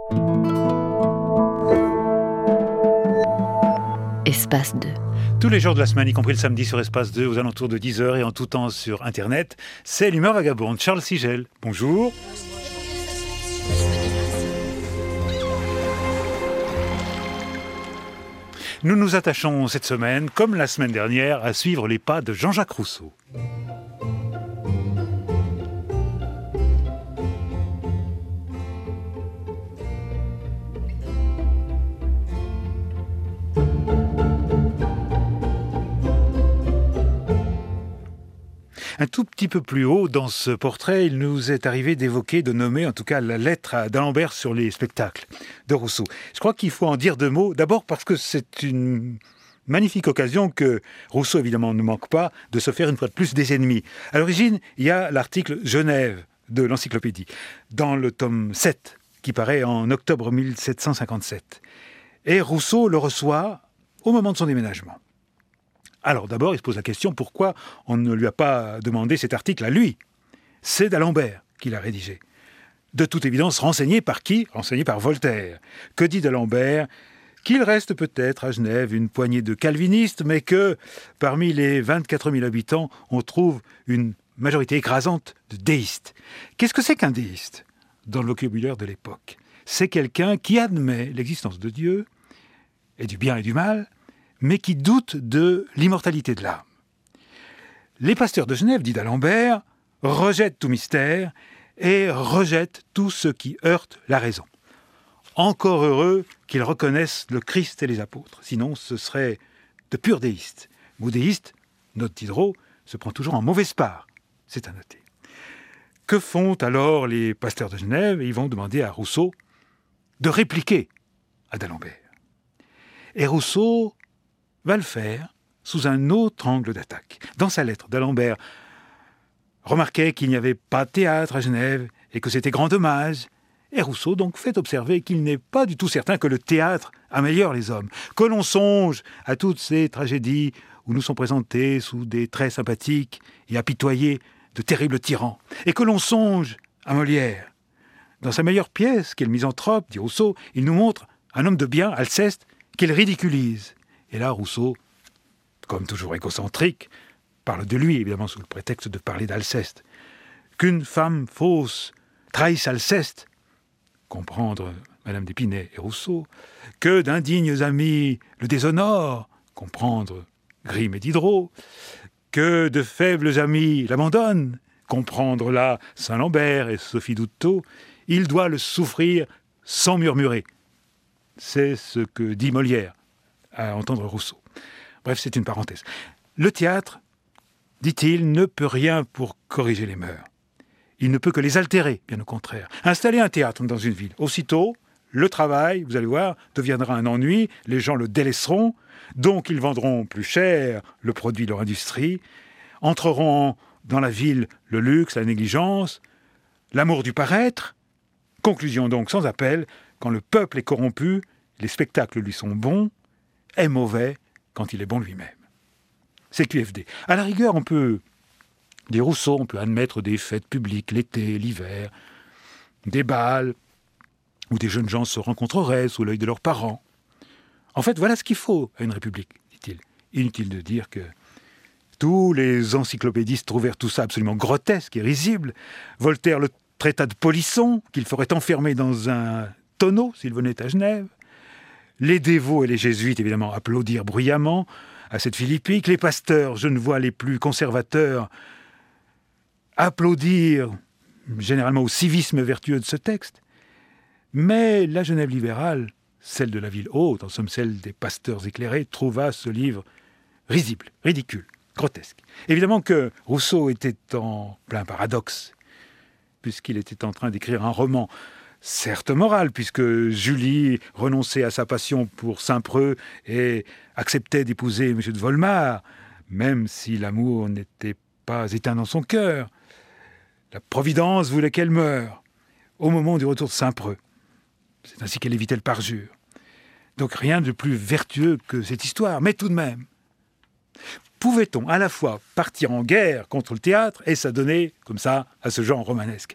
Espace 2. Tous les jours de la semaine, y compris le samedi sur Espace 2, aux alentours de 10h et en tout temps sur Internet, c'est l'humeur vagabonde. Charles Sigel, bonjour. Nous nous attachons cette semaine, comme la semaine dernière, à suivre les pas de Jean-Jacques Rousseau. Un tout petit peu plus haut, dans ce portrait, il nous est arrivé d'évoquer, de nommer en tout cas la lettre d'Alembert sur les spectacles de Rousseau. Je crois qu'il faut en dire deux mots, d'abord parce que c'est une magnifique occasion que Rousseau évidemment ne manque pas de se faire une fois de plus des ennemis. À l'origine, il y a l'article Genève de l'Encyclopédie, dans le tome 7, qui paraît en octobre 1757. Et Rousseau le reçoit au moment de son déménagement. Alors d'abord, il se pose la question pourquoi on ne lui a pas demandé cet article à lui. C'est d'Alembert qui l'a rédigé. De toute évidence, renseigné par qui ? Renseigné par Voltaire. Que dit d'Alembert ? Qu'il reste peut-être à Genève une poignée de calvinistes, mais que parmi les 24 000 habitants, on trouve une majorité écrasante de déistes. Qu'est-ce que c'est qu'un déiste ? Dans le vocabulaire de l'époque, c'est quelqu'un qui admet l'existence de Dieu, et du bien et du mal, mais qui doute de l'immortalité de l'âme. Les pasteurs de Genève, dit d'Alembert, rejettent tout mystère et rejettent tout ce qui heurte la raison. Encore heureux qu'ils reconnaissent le Christ et les apôtres, sinon ce serait de purs déistes. Mot déiste, note Diderot, se prend toujours en mauvaise part, c'est à noter. Que font alors les pasteurs de Genève ? Ils vont demander à Rousseau de répliquer à d'Alembert. Et Rousseau va le faire sous un autre angle d'attaque. Dans sa lettre, d'Alembert remarquait qu'il n'y avait pas de théâtre à Genève et que c'était grand dommage. Et Rousseau donc fait observer qu'il n'est pas du tout certain que le théâtre améliore les hommes. Que l'on songe à toutes ces tragédies où nous sont présentés sous des traits sympathiques et apitoyés de terribles tyrans. Et que l'on songe à Molière. Dans sa meilleure pièce, qu'est le Misanthrope, dit Rousseau, il nous montre un homme de bien, Alceste, qu'il ridiculise. Et là, Rousseau, comme toujours égocentrique, parle de lui, évidemment, sous le prétexte de parler d'Alceste. Qu'une femme fausse trahisse Alceste, comprendre Madame d'Épinay et Rousseau, que d'indignes amis le déshonorent, comprendre Grimm et Diderot, que de faibles amis l'abandonnent, comprendre là Saint-Lambert et Sophie d'Houdetot, il doit le souffrir sans murmurer. C'est ce que dit Molière, à entendre Rousseau. Bref, c'est une parenthèse. Le théâtre, dit-il, ne peut rien pour corriger les mœurs. Il ne peut que les altérer, bien au contraire. Installer un théâtre dans une ville, aussitôt, le travail, vous allez voir, deviendra un ennui, les gens le délaisseront, donc ils vendront plus cher le produit de leur industrie, entreront dans la ville le luxe, la négligence, l'amour du paraître. Conclusion donc sans appel, quand le peuple est corrompu, les spectacles lui sont bons, est mauvais quand il est bon lui-même. C'est QFD. À la rigueur, on peut dire Rousseau, on peut admettre des fêtes publiques, l'été, l'hiver, des bals, où des jeunes gens se rencontreraient sous l'œil de leurs parents. En fait, voilà ce qu'il faut à une république, dit-il. Inutile de dire que tous les encyclopédistes trouvèrent tout ça absolument grotesque et risible. Voltaire le traita de polisson, qu'il ferait enfermer dans un tonneau s'il venait à Genève. Les dévots et les jésuites, évidemment, applaudirent bruyamment à cette philippique. Les pasteurs, je ne vois les plus conservateurs, applaudirent généralement au civisme vertueux de ce texte. Mais la Genève libérale, celle de la ville haute, en somme celle des pasteurs éclairés, trouva ce livre risible, ridicule, grotesque. Évidemment que Rousseau était en plein paradoxe, puisqu'il était en train d'écrire un roman, certes moral, puisque Julie renonçait à sa passion pour Saint-Preux et acceptait d'épouser M. de Volmar, même si l'amour n'était pas éteint dans son cœur. La Providence voulait qu'elle meure au moment du retour de Saint-Preux. C'est ainsi qu'elle évitait le parjure. Donc rien de plus vertueux que cette histoire, mais tout de même. Pouvait-on à la fois partir en guerre contre le théâtre et s'adonner, comme ça, à ce genre romanesque ?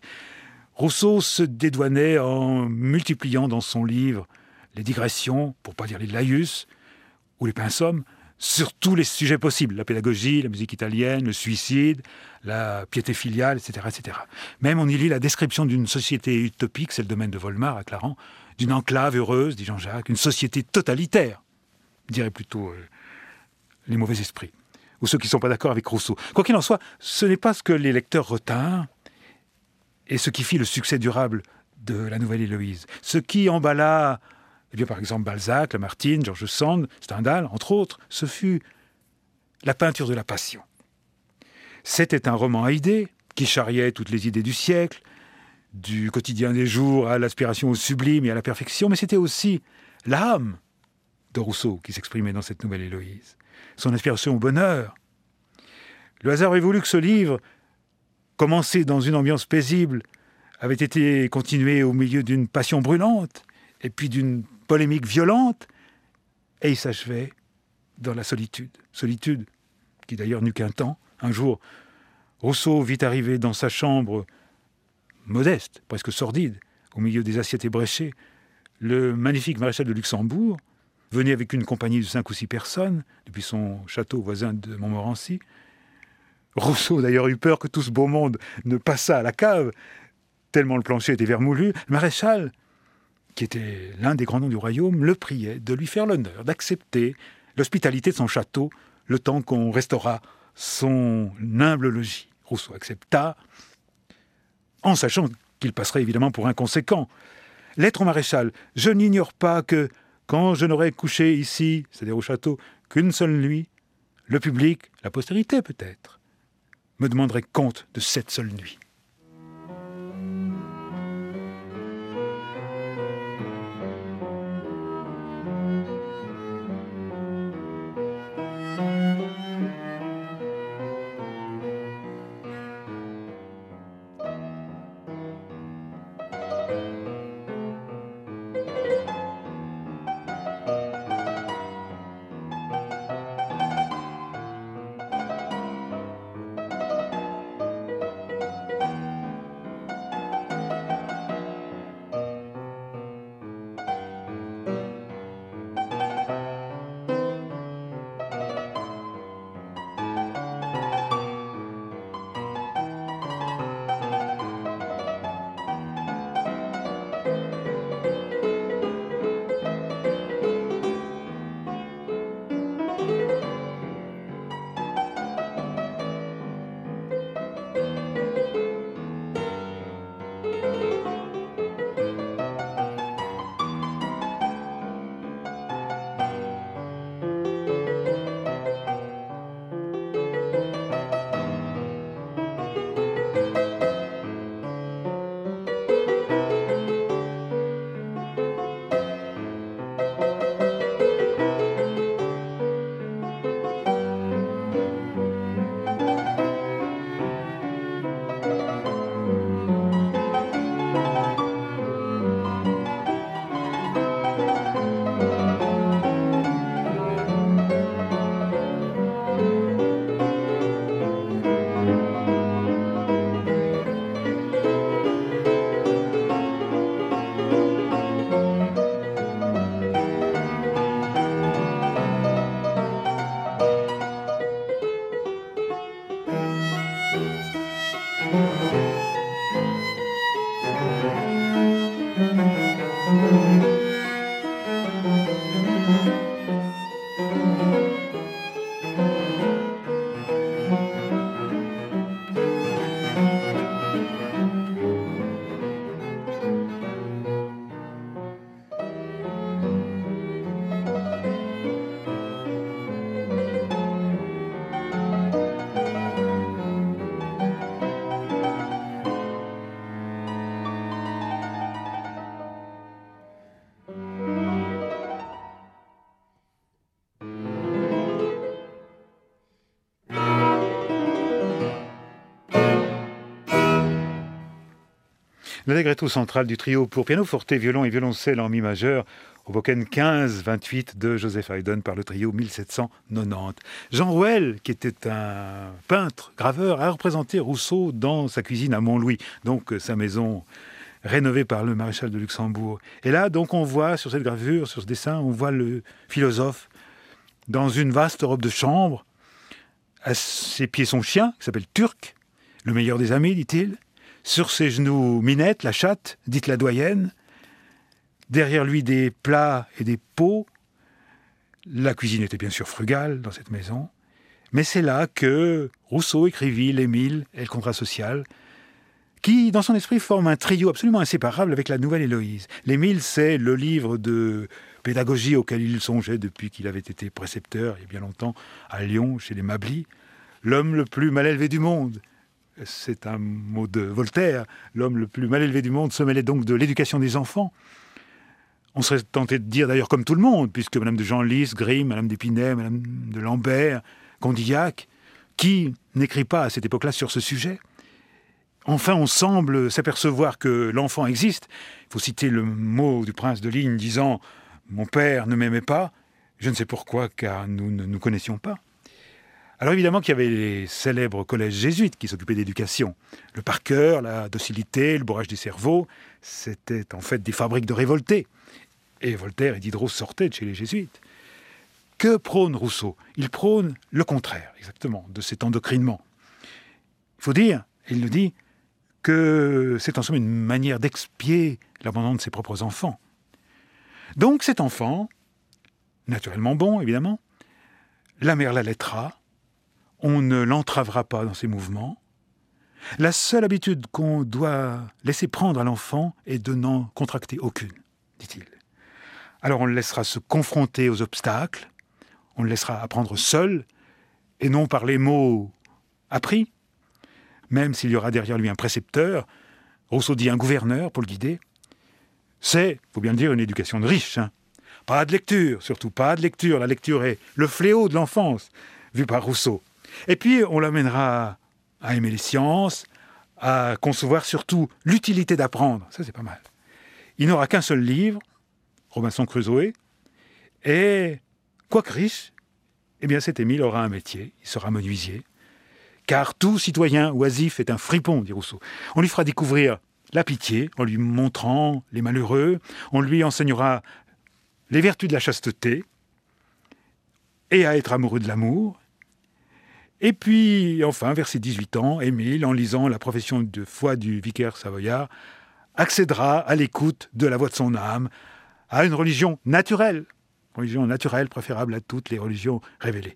Rousseau se dédouanait en multipliant dans son livre les digressions, pour ne pas dire les laïus, ou les pinsommes, sur tous les sujets possibles, la pédagogie, la musique italienne, le suicide, la piété filiale, etc., etc. Même on y lit la description d'une société utopique, c'est le domaine de Volmar à Clarens, d'une enclave heureuse, dit Jean-Jacques, une société totalitaire, dirait plutôt les mauvais esprits, ou ceux qui ne sont pas d'accord avec Rousseau. Quoi qu'il en soit, ce n'est pas ce que les lecteurs retinrent, et ce qui fit le succès durable de la Nouvelle Héloïse. Ce qui emballa, par exemple, Balzac, Lamartine, George Sand, Stendhal, entre autres, ce fut la peinture de la passion. C'était un roman à idées, qui charriait toutes les idées du siècle, du quotidien des jours à l'aspiration au sublime et à la perfection, mais c'était aussi l'âme de Rousseau qui s'exprimait dans cette Nouvelle Héloïse, son aspiration au bonheur. Le hasard avait voulu que ce livre, commencé dans une ambiance paisible, avait été continué au milieu d'une passion brûlante, et puis d'une polémique violente, et il s'achevait dans la solitude. Solitude qui d'ailleurs n'eut qu'un temps. Un jour, Rousseau vit arriver dans sa chambre modeste, presque sordide, au milieu des assiettes ébréchées, le magnifique maréchal de Luxembourg, venu avec une compagnie de 5 ou 6 personnes, depuis son château voisin de Montmorency. Rousseau d'ailleurs eut peur que tout ce beau monde ne passât à la cave, tellement le plancher était vermoulu. Le maréchal, qui était l'un des grands noms du royaume, le priait de lui faire l'honneur d'accepter l'hospitalité de son château le temps qu'on restaura son humble logis. Rousseau accepta, en sachant qu'il passerait évidemment pour inconséquent. Lettre au maréchal, je n'ignore pas que, quand je n'aurai couché ici, c'est-à-dire au château, qu'une seule nuit, le public, la postérité peut-être, me demanderait compte de cette seule nuit. L'allegretto central du trio pour piano forte, violon et violoncelle en mi majeur, Hoboken 15-28 de Joseph Haydn par le trio 1790. Jean Rouelle, qui était un peintre, graveur, a représenté Rousseau dans sa cuisine à Montlouis, donc sa maison rénové par le maréchal de Luxembourg. Et là, donc, on voit sur cette gravure, sur ce dessin, on voit le philosophe dans une vaste robe de chambre. À ses pieds son chien, qui s'appelle Turc, le meilleur des amis, dit-il. Sur ses genoux, Minette, la chatte, dite la doyenne. Derrière lui, des plats et des pots. La cuisine était bien sûr frugale dans cette maison. Mais c'est là que Rousseau écrivit l'Émile et le contrat social, qui, dans son esprit, forme un trio absolument inséparable avec la Nouvelle Héloïse. L'Émile, c'est le livre de pédagogie auquel il songeait depuis qu'il avait été précepteur, il y a bien longtemps, à Lyon, chez les Mably. L'homme le plus mal élevé du monde, c'est un mot de Voltaire, l'homme le plus mal élevé du monde se mêlait donc de l'éducation des enfants. On serait tenté de dire d'ailleurs comme tout le monde, puisque Madame de Genlis, Grimm, Madame d'Épinay, Madame de Lambert, Condillac, qui n'écrit pas à cette époque-là sur ce sujet? Enfin, on semble s'apercevoir que l'enfant existe. Il faut citer le mot du prince de Ligne disant « Mon père ne m'aimait pas, je ne sais pourquoi, car nous ne nous connaissions pas ». Alors évidemment qu'il y avait les célèbres collèges jésuites qui s'occupaient d'éducation. Le par cœur, la docilité, le bourrage des cerveaux, c'était en fait des fabriques de révoltés. Et Voltaire et Diderot sortaient de chez les jésuites. Que prône Rousseau? Il prône le contraire, exactement, de cet endoctrinement. Il faut dire, et il le dit, que c'est en somme une manière d'expier l'abandon de ses propres enfants. Donc cet enfant, naturellement bon, évidemment, la mère l'allaitera, on ne l'entravera pas dans ses mouvements. La seule habitude qu'on doit laisser prendre à l'enfant est de n'en contracter aucune, dit-il. Alors on le laissera se confronter aux obstacles, on le laissera apprendre seul, et non par les mots appris, même s'il y aura derrière lui un précepteur, Rousseau dit un gouverneur pour le guider. C'est, il faut bien le dire, une éducation de riche. Pas de lecture, surtout pas de lecture. La lecture est le fléau de l'enfance, vu par Rousseau. Et puis on l'amènera à aimer les sciences, à concevoir surtout l'utilité d'apprendre. Ça, c'est pas mal. Il n'aura qu'un seul livre, Robinson Crusoe, et, quoique riche, eh bien cet Émile aura un métier, il sera menuisier, car tout citoyen oisif est un fripon, dit Rousseau. On lui fera découvrir la pitié, en lui montrant les malheureux, on lui enseignera les vertus de la chasteté, et à être amoureux de l'amour. Et puis, enfin, vers ses 18 ans, Émile, en lisant la profession de foi du vicaire savoyard, accédera à l'écoute de la voix de son âme, à une religion naturelle préférable à toutes les religions révélées.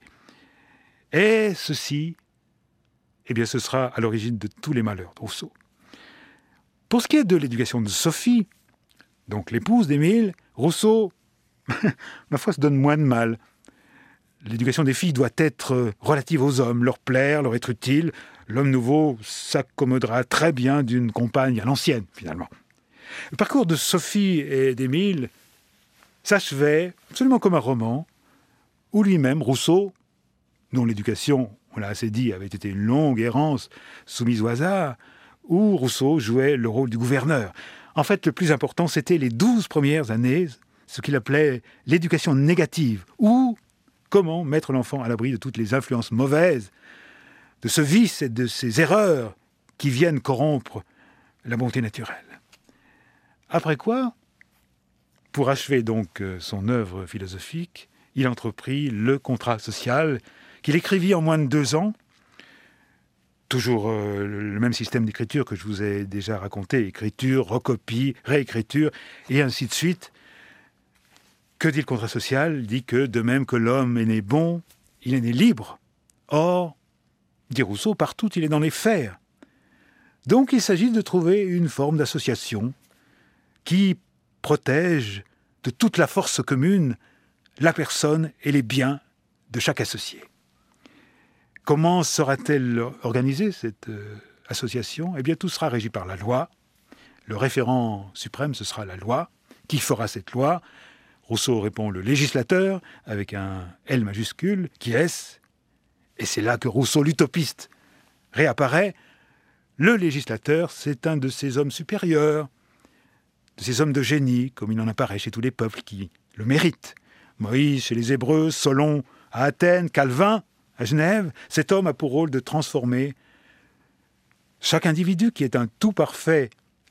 Et ceci, eh bien, ce sera à l'origine de tous les malheurs de Rousseau. Pour ce qui est de l'éducation de Sophie, donc l'épouse d'Émile, Rousseau, ma foi, se donne moins de mal. L'éducation des filles doit être relative aux hommes, leur plaire, leur être utile. L'homme nouveau s'accommodera très bien d'une compagne à l'ancienne, finalement. Le parcours de Sophie et d'Émile s'achevait absolument comme un roman, où lui-même, Rousseau, dont l'éducation, on l'a assez dit, avait été une longue errance soumise au hasard, où Rousseau jouait le rôle du gouverneur. En fait, le plus important, c'était les 12 premières années, ce qu'il appelait l'éducation négative, ou comment mettre l'enfant à l'abri de toutes les influences mauvaises, de ce vice et de ces erreurs qui viennent corrompre la bonté naturelle. Après quoi, pour achever donc son œuvre philosophique, il entreprit le contrat social qu'il écrivit en moins de 2 ans. Toujours le même système d'écriture que je vous ai déjà raconté, écriture, recopie, réécriture, et ainsi de suite. Que dit le contrat social? Il dit que de même que l'homme est né bon, il est né libre. Or, dit Rousseau, partout il est dans les fers. Donc il s'agit de trouver une forme d'association qui protège de toute la force commune la personne et les biens de chaque associé. Comment sera-t-elle organisée, cette association? Eh bien, tout sera régi par la loi. Le référent suprême, ce sera la loi. Qui fera cette loi? Rousseau répond le législateur, avec un L majuscule. Qui est-ce? Et c'est là que Rousseau, l'utopiste, réapparaît. Le législateur, c'est un de ces hommes supérieurs, de ces hommes de génie, comme il en apparaît chez tous les peuples qui le méritent. Moïse chez les Hébreux, Solon à Athènes, Calvin à Genève. Cet homme a pour rôle de transformer chaque individu qui est un tout parfait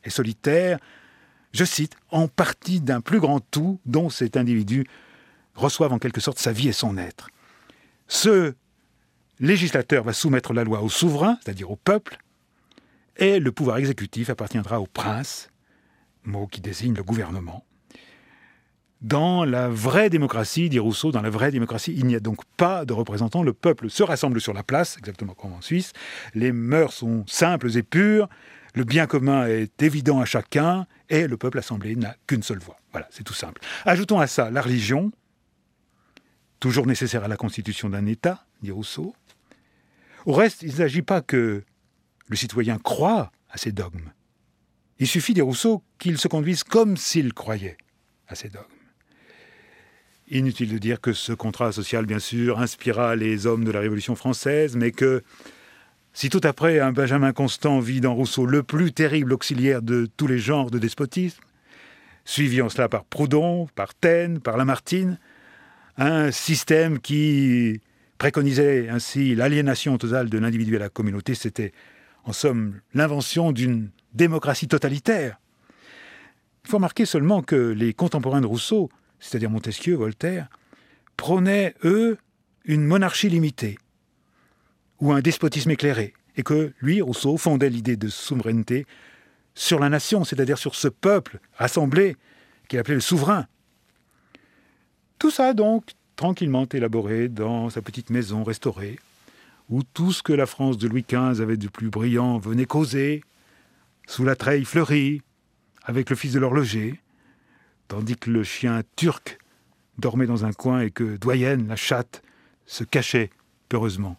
et solitaire, je cite, en partie d'un plus grand tout dont cet individu reçoit en quelque sorte sa vie et son être. Ce législateur va soumettre la loi au souverain, c'est-à-dire au peuple, et le pouvoir exécutif appartiendra au prince, mot qui désigne le gouvernement. Dans la vraie démocratie, dit Rousseau, dans la vraie démocratie, il n'y a donc pas de représentants. Le peuple se rassemble sur la place, exactement comme en Suisse. Les mœurs sont simples et pures. Le bien commun est évident à chacun. Et le peuple assemblé n'a qu'une seule voix. Voilà, c'est tout simple. Ajoutons à ça la religion, toujours nécessaire à la constitution d'un État, dit Rousseau. Au reste, il ne s'agit pas que le citoyen croie à ces dogmes. Il suffit, dit Rousseau, qu'il se conduise comme s'il croyait à ces dogmes. Inutile de dire que ce contrat social, bien sûr, inspira les hommes de la Révolution française, mais que, si tout après un Benjamin Constant vit dans Rousseau le plus terrible auxiliaire de tous les genres de despotisme, suivi en cela par Proudhon, par Taine, par Lamartine, un système qui préconisait ainsi l'aliénation totale de l'individu à la communauté, c'était en somme l'invention d'une démocratie totalitaire. Il faut remarquer seulement que les contemporains de Rousseau, c'est-à-dire Montesquieu, Voltaire, prônaient, eux, une monarchie limitée ou un despotisme éclairé, et que lui, Rousseau, fondait l'idée de souveraineté sur la nation, c'est-à-dire sur ce peuple rassemblé qu'il appelait le souverain. Tout ça, donc, tranquillement élaboré dans sa petite maison restaurée, où tout ce que la France de Louis XV avait de plus brillant venait causer, sous la treille fleurie, avec le fils de l'horloger, tandis que le chien turc dormait dans un coin et que Doyenne, la chatte, se cachait peureusement.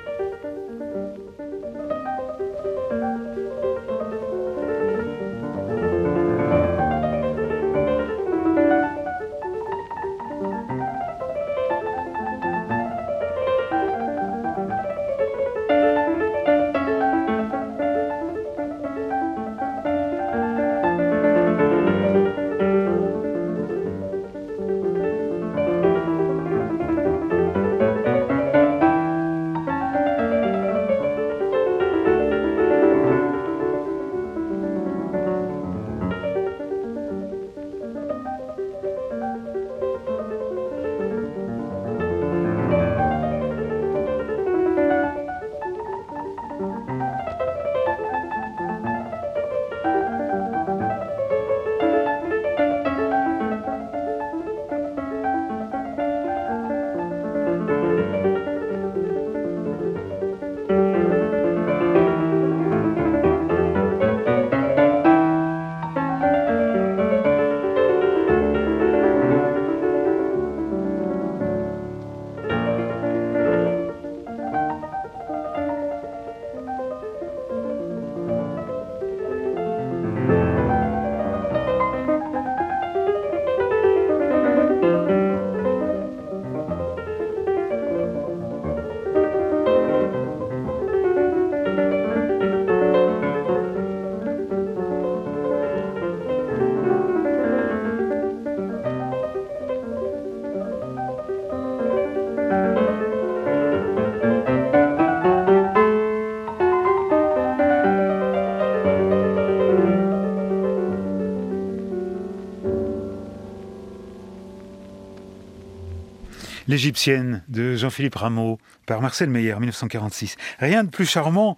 L'Égyptienne de Jean-Philippe Rameau par Marcel Meyer, 1946. Rien de plus charmant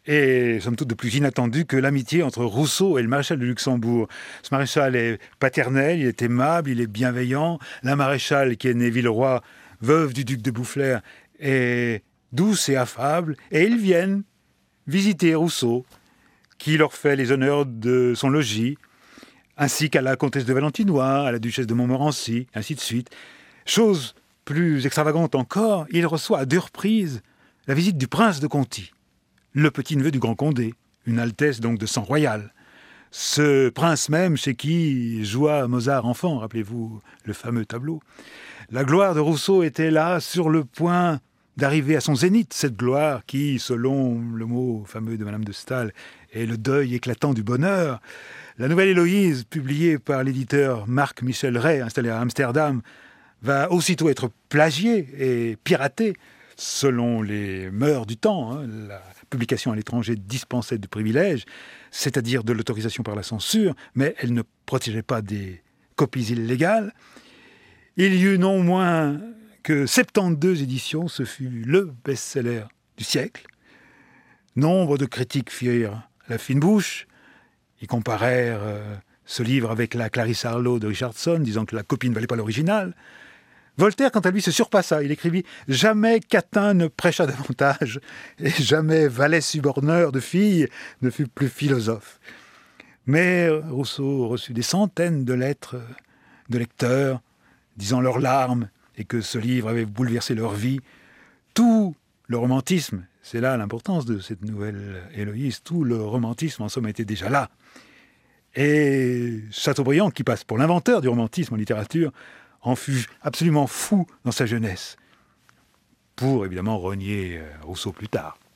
et somme toute de plus inattendu que l'amitié entre Rousseau et le maréchal de Luxembourg. Ce maréchal est paternel, il est aimable, il est bienveillant. La maréchale qui est née Villeroy, veuve du duc de Boufflers, est douce et affable. Et ils viennent visiter Rousseau, qui leur fait les honneurs de son logis, ainsi qu'à la comtesse de Valentinois, à la duchesse de Montmorency, ainsi de suite. Chose plus extravagante encore, il reçoit à 2 reprises la visite du prince de Conti, le petit-neveu du Grand Condé, une altesse donc de sang royal. Ce prince même chez qui joua Mozart enfant, rappelez-vous le fameux tableau. La gloire de Rousseau était là, sur le point d'arriver à son zénith, cette gloire qui, selon le mot fameux de Madame de Staël, est le deuil éclatant du bonheur. La Nouvelle Héloïse, publiée par l'éditeur Marc Michel Rey, installé à Amsterdam, va aussitôt être plagiée et piratée, selon les mœurs du temps. La publication à l'étranger dispensait de privilèges, c'est-à-dire de l'autorisation par la censure, mais elle ne protégeait pas des copies illégales. Il y eut non moins que 72 éditions, ce fut le best-seller du siècle. Nombre de critiques firent la fine bouche. Ils comparèrent ce livre avec la Clarisse Harlowe de Richardson, disant que la copie ne valait pas l'original. Voltaire, quant à lui, se surpassa. Il écrivit « Jamais Catin ne prêcha davantage, et jamais valet suborneur de filles ne fut plus philosophe. » Mais Rousseau reçut des centaines de lettres de lecteurs disant leurs larmes et que ce livre avait bouleversé leur vie. Tout le romantisme, c'est là l'importance de cette nouvelle Héloïse, tout le romantisme en somme était déjà là. Et Chateaubriand, qui passe pour l'inventeur du romantisme en littérature, en fut absolument fou dans sa jeunesse, pour évidemment renier Rousseau plus tard.